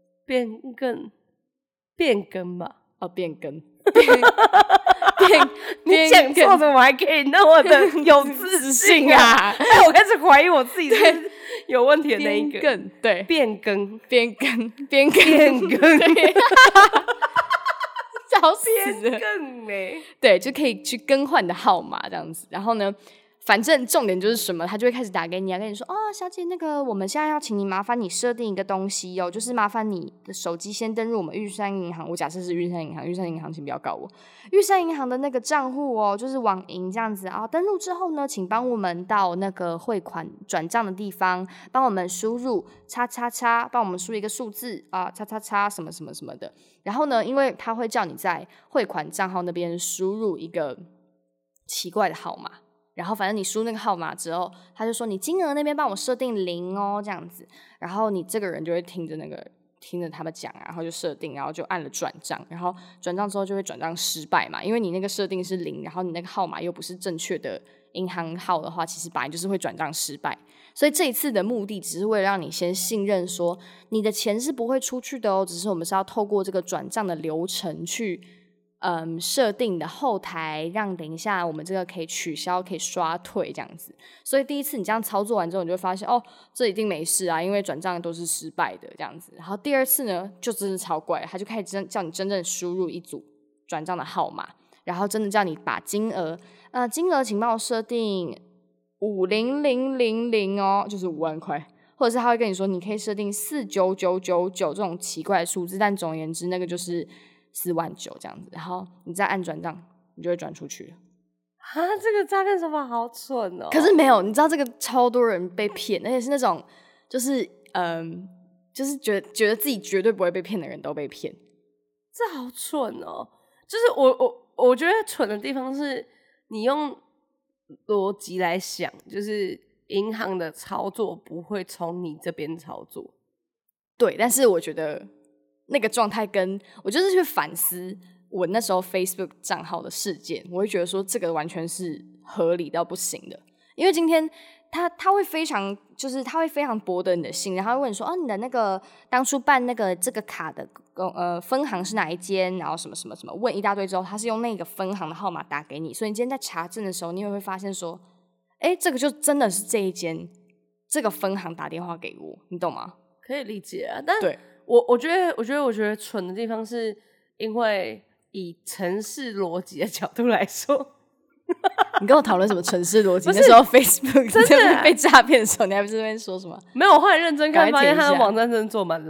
变更吧， 变更， 你讲错怎么还可以那么的有自信啊？哎，我开始怀疑我自己是有问题的那一个。 对， 变更， 笑死了，对，就可以去更换的号码这样子。然后呢，反正重点就是什么，他就会开始打给你啊，跟你说，哦，小姐，那个我们现在要请你麻烦你设定一个东西哦，就是麻烦你的手机先登入我们玉山银行，我假设是玉山银行请不要告我，玉山银行的那个账户哦，就是网银这样子啊。登入之后呢，请帮我们到那个汇款转账的地方，帮我们输入叉叉叉，帮我们输一个数字啊，叉叉叉什么什么什么的。然后呢，因为他会叫你在汇款账号那边输入一个奇怪的号码。然后反正你输那个号码之后，他就说你金额那边帮我设定0哦，这样子。然后你这个人就会听着他们讲，然后就设定，然后就按了转账。然后转账之后就会转账失败嘛，因为你那个设定是0，然后你那个号码又不是正确的银行号的话，其实本来就是会转账失败。所以这一次的目的只是为了让你先信任说你的钱是不会出去的哦，只是我们是要透过这个转账的流程去设定的后台，让等一下我们这个可以取消，可以刷退这样子。所以第一次你这样操作完之后，你就会发现哦，这一定没事啊，因为转账都是失败的这样子。然后第二次呢，就真的超怪，他就开始叫你真正输入一组转账的号码，然后真的叫你把金额请帮我设定50000哦，就是5万块。或者是他会跟你说你可以设定49999这种奇怪的数字，但总而言之那个就是49000这样子，然后你再按转账，你就会转出去了。 啊，这个诈骗手法好蠢哦！ 可是没有，你知道这个超多人被骗，而且是那种就是就是觉得自己绝对不会被骗的人都被骗， 这好蠢哦！就是我觉得蠢的地方是你用逻辑来想，就是银行的操作不会从你这边操作， 对，但是我觉得那个状态跟我就是去反思我那时候 Facebook 账号的事件，我会觉得说这个完全是合理到不行的，因为今天他会非常就是他会非常博得你的信任，他会问你说哦，你的那个当初办那个这个卡的分行是哪一间，然后什么什么什么问一大堆之后，他是用那个分行的号码打给你，所以你今天在查证的时候，你也会发现说哎，这个就真的是这一间这个分行打电话给我，你懂吗？ 可以理解啊，但对我觉得蠢的地方是因为以程式逻辑的角度来说， 你跟我讨论什么程式逻辑？那时候 Facebook 真的被诈骗的时候，你还不是在那边说什么？ 没有，我后来认真看，发现他的网站真的做蛮烂。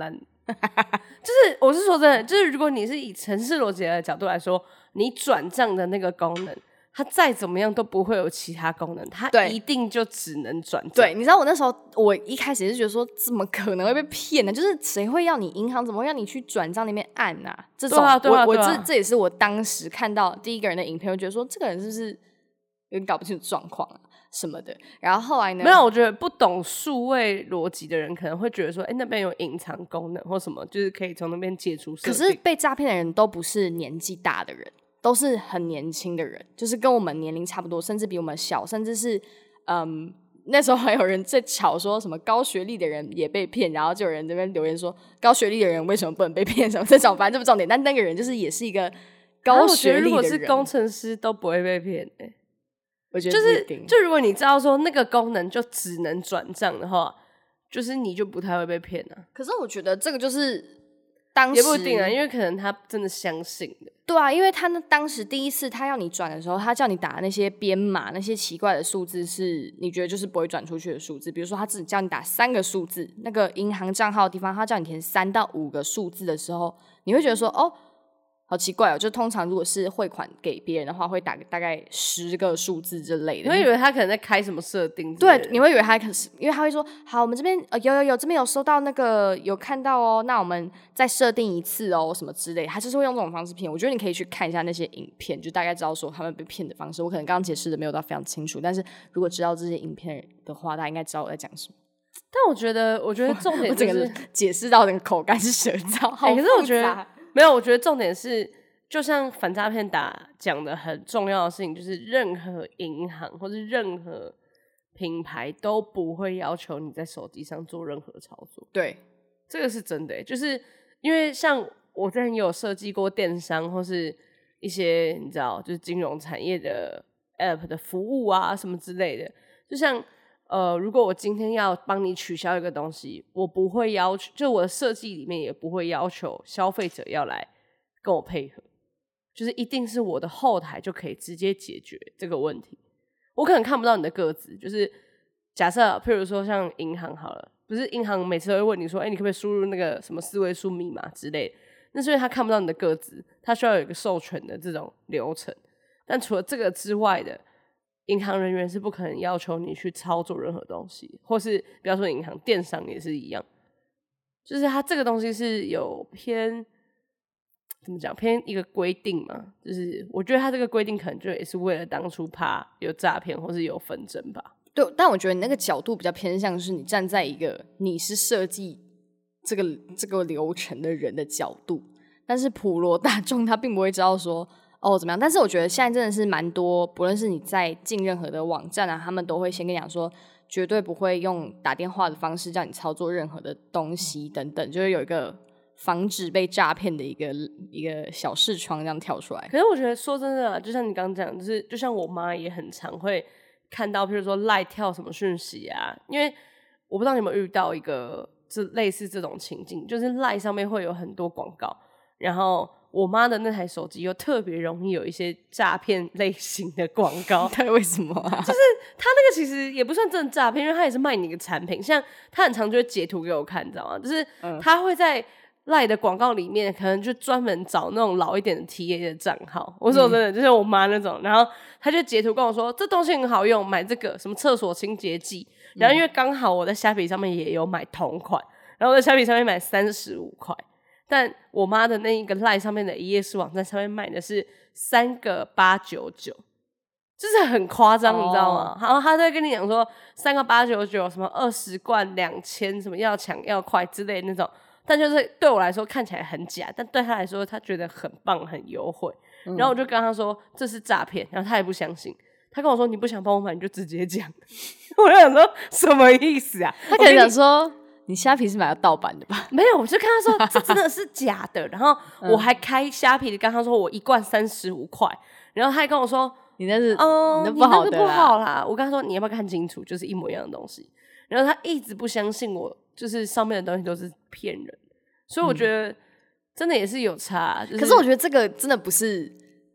就是我是说真的，就是如果你是以程式逻辑的角度来说，你转账的那个功能，它再怎么样都不会有其他功能，它一定就只能转账。 对，你知道我那时候我一开始是觉得说，怎么可能会被骗呢？就是谁会要你银行怎么会让你去转账那边按啊？这种这也是我当时看到第一个人的影片，我觉得说这个人是不是有点搞不清楚状况啊什么的。然后后来呢？ 没有，我觉得不懂数位逻辑的人可能会觉得说，那边有隐藏功能或什么，就是可以从那边解除设定。 可是被诈骗的人都不是年纪大的人。都是很年轻的人，就是跟我们年龄差不多，甚至比我们小，甚至是那时候还有人在吵说什么高学历的人也被骗，然后就有人这边留言说高学历的人为什么不能被骗什么这种，反正这不重点。但那个人就是也是一个高学历的人， 如果是工程师都不会被骗我觉得不一定。 就如果你知道说那个功能就只能转账的话，就是你就不太会被骗啊。 可是我觉得这个就是当时也不一定啊，因为可能他真的相信的。 对啊，因为他当时第一次他要你转的时候，他叫你打那些编码，那些奇怪的数字是你觉得就是不会转出去的数字。比如说他只叫你打3个数字，那个银行账号的地方他叫你填3到5个数字的时候，你会觉得说哦好奇怪哦，就通常如果是汇款给别人的话，会打大概10个数字之类的。 你会以为他可能在开什么设定？ 对，你会以为他因为他会说，好，我们这边有这边有收到那个有看到哦，那我们再设定一次哦，什么之类的，他就是会用这种方式骗。我觉得你可以去看一下那些影片，就大概知道说他们被骗的方式。我可能刚刚解释的没有到非常清楚，但是如果知道这些影片的话，大家应该知道我在讲什么。 但我觉得重点就是我整个解释到那个口干舌燥，好复杂。 可是我觉得没有，我觉得重点是，就像反诈骗讲的很重要的事情，就是任何银行或是任何品牌都不会要求你在手机上做任何操作。 对， 这个是真的就是因为像我之前也有设计过电商或是一些你知道就是金融产业的 app 的服务啊什么之类的，就像如果我今天要帮你取消一个东西，我不会要求，就我的设计里面也不会要求消费者要来跟我配合，就是一定是我的后台就可以直接解决这个问题。我可能看不到你的个子，就是假设譬如说像银行好了，不是银行每次都会问你说你可不可以输入那个什么4位数密码之类的，那是因为他看不到你的个子，他需要有一个授权的这种流程。但除了这个之外的，银行人员是不可能要求你去操作任何东西，或是不要说银行，电商也是一样，就是它这个东西是有偏怎么讲，偏一个规定嘛，就是我觉得它这个规定可能就也是为了当初怕有诈骗或是有纷争吧。 对，但我觉得你那个角度比较偏向是你站在一个你是设计这个流程的人的角度，但是普罗大众他并不会知道说怎么样。但是我觉得现在真的是蛮多，不论是你在进任何的网站啊，他们都会先跟你讲说绝对不会用打电话的方式叫你操作任何的东西等等，就是有一个防止被诈骗的一个小视窗这样跳出来。 可是我觉得说真的就像你刚刚讲，就是就像我妈也很常会看到譬如说赖跳什么讯息啊，因为我不知道你有没有遇到一个类似这种情境，就是赖上面会有很多广告，然后我妈的那台手机又特别容易有一些诈骗类型的广告。 对，为什么啊？ 就是他那个其实也不算真的诈骗，因为他也是卖你一个产品，像他很常就会截图给我看，你知道吗？就是他会在赖的广告里面可能就专门找那种老一点的 TA 的账号，我说真的就是我妈那种，然后他就截图跟我说这东西很好用，买这个什么厕所清洁剂，然后因为刚好我在虾皮上面也有买同款，然后我在虾皮上面买35块，但我妈的那一个 LINE 上面的一页式网站上面卖的是3个899，就是很夸张你知道吗？然后他在跟你讲说3个899什么20罐2000什么要抢要快之类的那种，但就是对我来说看起来很假，但对他来说他觉得很棒很优惠，然后我就跟他说这是诈骗，然后他也不相信，他跟我说你不想帮我买你就直接讲。我就想说什么意思啊？ 他可能想说你虾皮是买到盗版的吧？ 没有，我就跟他说这真的是假的，然后我还开虾皮的跟他说我1罐35块，然后他还跟我说你那是你不好的啦， 你那个不好啦。我跟他说你要不要看清楚，就是一模一样的东西，然后他一直不相信我，就是上面的东西都是骗人，所以我觉得真的也是有差。可是我觉得这个真的不是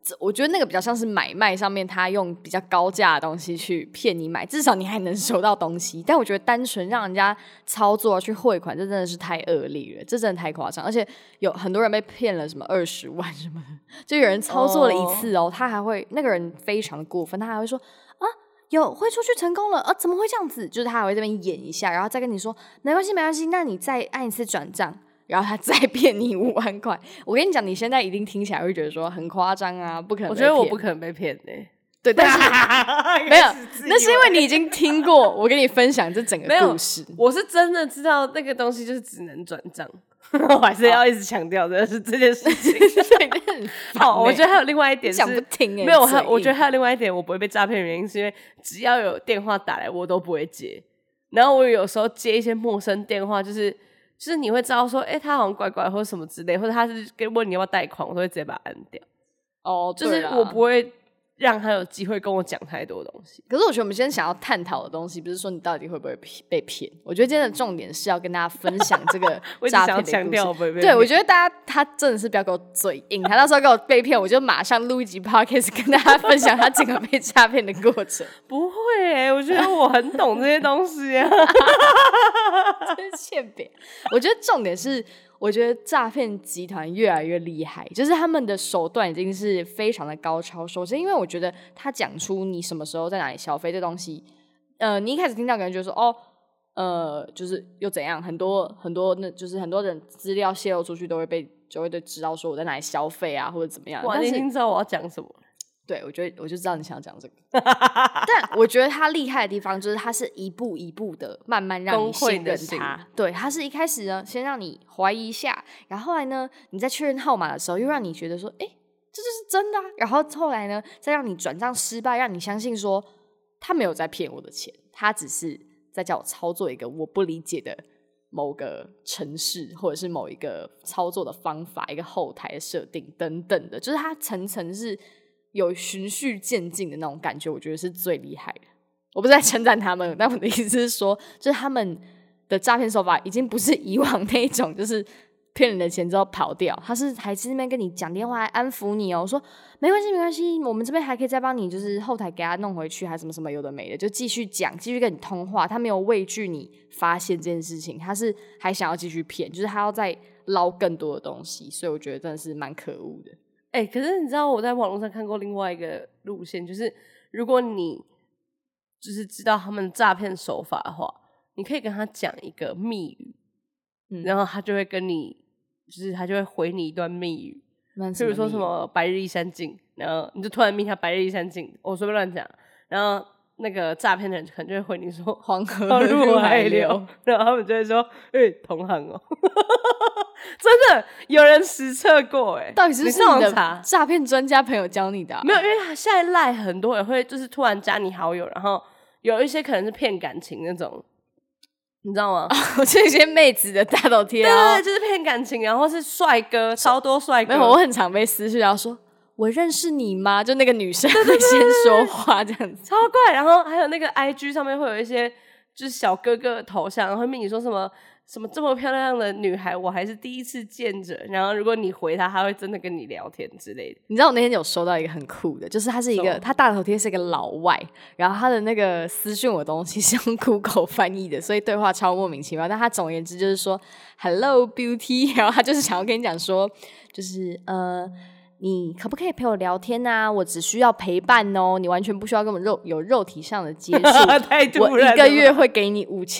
我觉得那个比较像是买卖上面，他用比较高价的东西去骗你买，至少你还能收到东西。但我觉得单纯让人家操作去汇款，这真的是太恶劣了，这真的太夸张。而且有很多人被骗了什么20万什么的，就有人操作了一次他还会那个人非常过分，他还会说啊有汇出去成功了怎么会这样子？就是他还会这边演一下，然后再跟你说没关系没关系，那你再按一次转账。然后他再骗你5万块，我跟你讲，你现在一定听起来会觉得说很夸张啊，不可能被骗。 我觉得我不可能被骗对，但是没有，那是因为你已经听过我跟你分享这整个故事。 我是真的知道那个东西就是只能转账，我还是要一直强调的是这件事情。好，我觉得还有另外一点是讲不听没有，我觉得还有另外一点我不会被诈骗的原因是因为只要有电话打来我都不会接，然后我有时候接一些陌生电话就是你会知道说他好像怪怪或者什么之类，或者他是问你要不要贷款，我都会直接把它按掉。就是我不会让他有机会跟我讲太多东西。 可是我觉得我们今天想要探讨的东西不是说你到底会不会被骗，我觉得今天的重点是要跟大家分享这个诈骗的故事。 强调不会被骗。 对，我觉得大家他真的是不要给我嘴硬，他到时候给我被骗我就马上录一集 podcast 跟大家分享他整个被诈骗的过程。 不会我觉得我很懂这些东西啊。 真是欠扁。我觉得重点是我觉得诈骗集团越来越厉害，就是他们的手段已经是非常的高超。首先因为我觉得他讲出你什么时候在哪里消费这东西你一开始听到可能觉得说就是又怎样，很多那就是很多人资料泄露出去就会知道说我在哪里消费啊或者怎么样。 哇，你已经知道我要讲什么。 对，我就知道你想要讲这个。但我觉得他厉害的地方就是他是一步一步的慢慢让你信任他。对，他是一开始呢先让你怀疑一下，然后后来呢你在确认号码的时候又让你觉得说这就是真的然后后来呢再让你转账失败，让你相信说他没有在骗我的钱，他只是在叫我操作一个我不理解的某个程式，或者是某一个操作的方法，一个后台的设定等等的，就是他层层是有循序渐进的那种感觉，我觉得是最厉害的。我不是在称赞他们，但我的意思是说，就是他们的诈骗手法已经不是以往那一种，就是骗人的钱之后跑掉，他是还是那边跟你讲电话，还安抚你说没关系没关系，我们这边还可以再帮你，就是后台给他弄回去，还什么什么有的没的，就继续讲，继续跟你通话。他没有畏惧你发现这件事情，他是还想要继续骗，就是他要再捞更多的东西，所以我觉得真的是蛮可恶的。 可是你知道我在网络上看过另外一个路线，就是如果你就是知道他们诈骗手法的话，你可以跟他讲一个密语，然后他就会跟你，就是他就会回你一段密语，譬如说什么白日依山尽，然后你就突然密他白日依山尽，我随便乱讲，然后那个诈骗的人可能就会回你说黄河入海流， 然后他们就会说同行真的有人实测过到底是不是你的诈骗专家朋友教你的没有，因为现在赖很多人会就是突然加你好友，然后有一些可能是骗感情那种，你知道吗？ 这些妹子的大头贴对，就是骗感情，然后是帅哥，超多帅哥。 没有，我很常被私讯，然后说我认识你吗？就那个女生会先说话这样子， 超怪。然后还有那个 IG 上面会有一些就是小哥哥的头像，然后命你说什么这么漂亮的女孩我还是第一次见着，然后如果你回他会真的跟你聊天之类的。 你知道我那天有收到一个很酷的，就是他是一个他大头贴是一个老外，然后他的那个私讯我的东西是用 Google 翻译的，所以对话超莫名其妙，但他总而言之就是说 Hello Beauty， 然后他就是想要跟你讲说就是你可不可以陪我聊天啊？我只需要陪伴哦，你完全不需要跟我有肉体上的接触我一个月会给你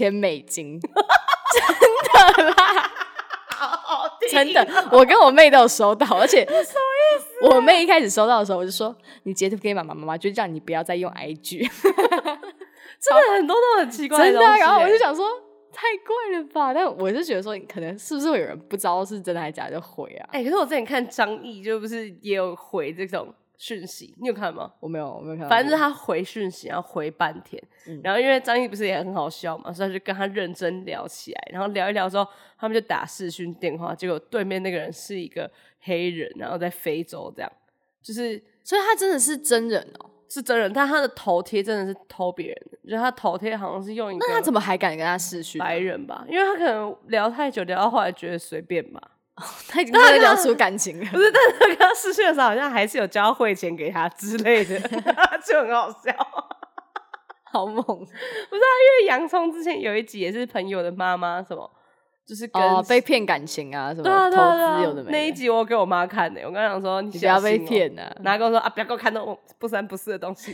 $5000真的啦真的，我跟我妹都有收到，而且什么意思我妹一开始收到的时候我就说你截图给妈妈就叫你不要再用 IG 真的很多都很奇怪的东西真的然后我就想说太怪了吧，但我是觉得说可能是不是会有人不知道是真的还是假的就回啊可是我之前看张毅就不是也有回这种讯息，你有看吗？ 我没有看到， 反正是他回讯息然后回半天然后因为张毅不是也很好笑嘛，所以他就跟他认真聊起来，然后聊一聊之后他们就打视讯电话，结果对面那个人是一个黑人，然后在非洲这样，就是所以他真的是真人是真人，但他的头贴真的是偷别人的，就是他头贴好像是用一个， 那他怎么还敢跟他视讯白人吧，因为他可能聊太久聊到后来觉得随便吧， 他已经在聊出感情了。 不是，但是跟他视讯的时候好像还是有交汇钱给他之类的，就很好笑。 好猛！ 不是因为洋葱之前有一集也是朋友的妈妈什么，就是跟被骗感情啊什么投资有的没的。 那一集我给我妈看的，我跟她讲说你不要被骗啊， 然后跟我说不要给我看那种不三不四的东西。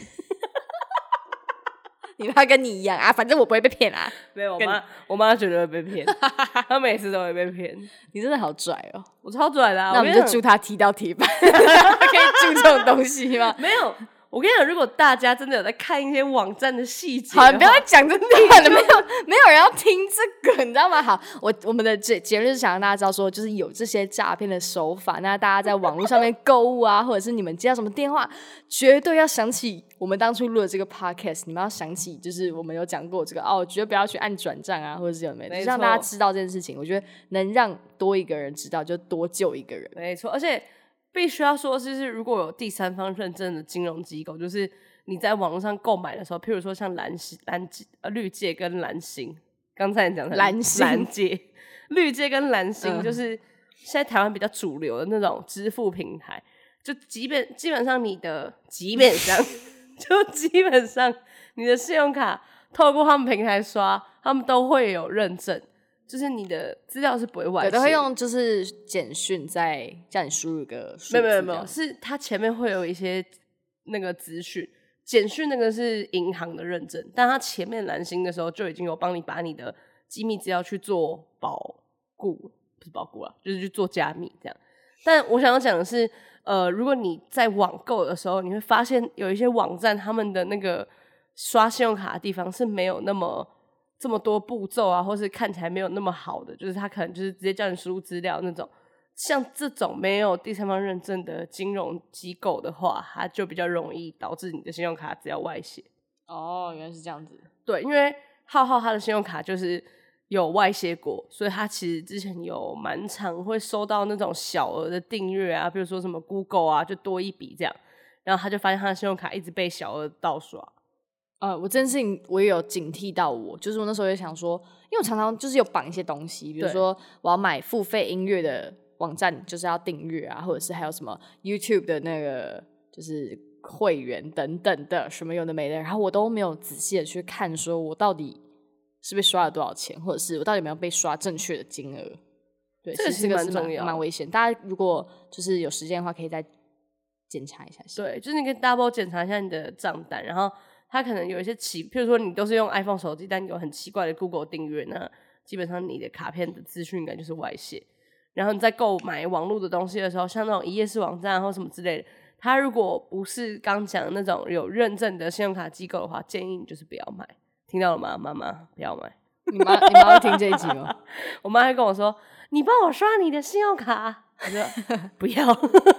你妈跟你一样啊，反正我不会被骗啊。 没有，我妈绝对会被骗，她每次都会被骗。 你真的好拽哦！ 我超拽的啊！ 那我们就祝她踢到铁板。可以祝这种东西吗？ 没有。我跟你讲，如果大家真的有在看一些网站的细节， 好，你不要再讲这段了，没有人要听这个，你知道吗？好，我们的结论是想让大家知道说，就是有这些诈骗的手法，那大家在网络上面购物啊，或者是你们接到什么电话，绝对要想起我们当初录的这个 podcast， 你们要想起，就是我们有讲过这个绝对不要去按转账啊，或者是有没有，就让大家知道这件事情。我觉得能让多一个人知道，就多救一个人。 没错，而且。必须要说，就是如果有第三方认证的金融机构，就是你在网络上购买的时候，譬如说像绿界跟蓝星，刚才你讲的蓝界、绿界跟蓝星，就是现在台湾比较主流的那种支付平台，就基本上你的基本上你的信用卡透过他们平台刷，他们都会有认证。就是你的资料是不会外泄的， 对，都会用就是简讯在叫你输入个数字， 没有，是它前面会有一些那个资讯，简讯那个是银行的认证，但它前面蓝星的时候就已经有帮你把你的机密资料去做保固，不是保固啦，就是去做加密这样。但我想要讲的是，如果你在网购的时候，你会发现有一些网站他们的那个刷信用卡的地方是没有那么。这么多步骤啊，或是看起来没有那么好的，就是他可能就是直接叫你输入资料那种，像这种没有第三方认证的金融机构的话，它就比较容易导致你的信用卡资料外泄。 哦，原来是这样子。 对，因为浩他的信用卡就是有外泄过，所以他其实之前有蛮常会收到那种小额的订阅啊，比如说什么 Google 啊，就多一笔这样，然后他就发现他的信用卡一直被小额盗刷。 我这件事情我也有警惕到我，就是我那时候也想说，因为我常常就是有绑一些东西，比如说我要买付费音乐的网站，就是要订阅啊，或者是还有什么 YouTube 的那个就是会员等等的什么有的没的，然后我都没有仔细的去看，说我到底是被刷了多少钱，或者是我到底有没有被刷正确的金额。对， 这个是蛮重要， 蛮危险。大家如果就是有时间的话，可以再检查一下。 对，就是你可以 double 检查一下你的账单，然后。它可能有一些譬如说你都是用 iPhone 手机，但你有很奇怪的 Google 订阅，那基本上你的卡片的资讯应该就是外泄。然后你在购买网络的东西的时候，像那种一页式网站或什么之类的，它如果不是刚讲的那种有认证的信用卡机构的话，建议你就是不要买。听到了吗，妈妈？不要买。 你妈会听这一集吗？ 我妈会跟我说：“你帮我刷你的信用卡。”我就不要。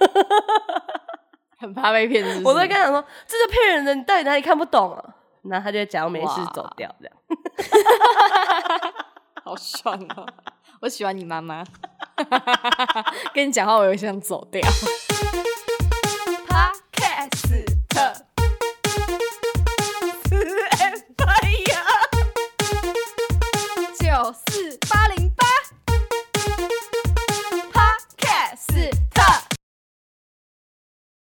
很怕被骗是不是？ 我都跟他讲说，这是骗人的，你到底哪里看不懂啊？然后他就假装没事走掉，这样。 好爽哦！我喜欢你妈妈。跟你讲话，我有想走掉。Podcast 4M8呀，94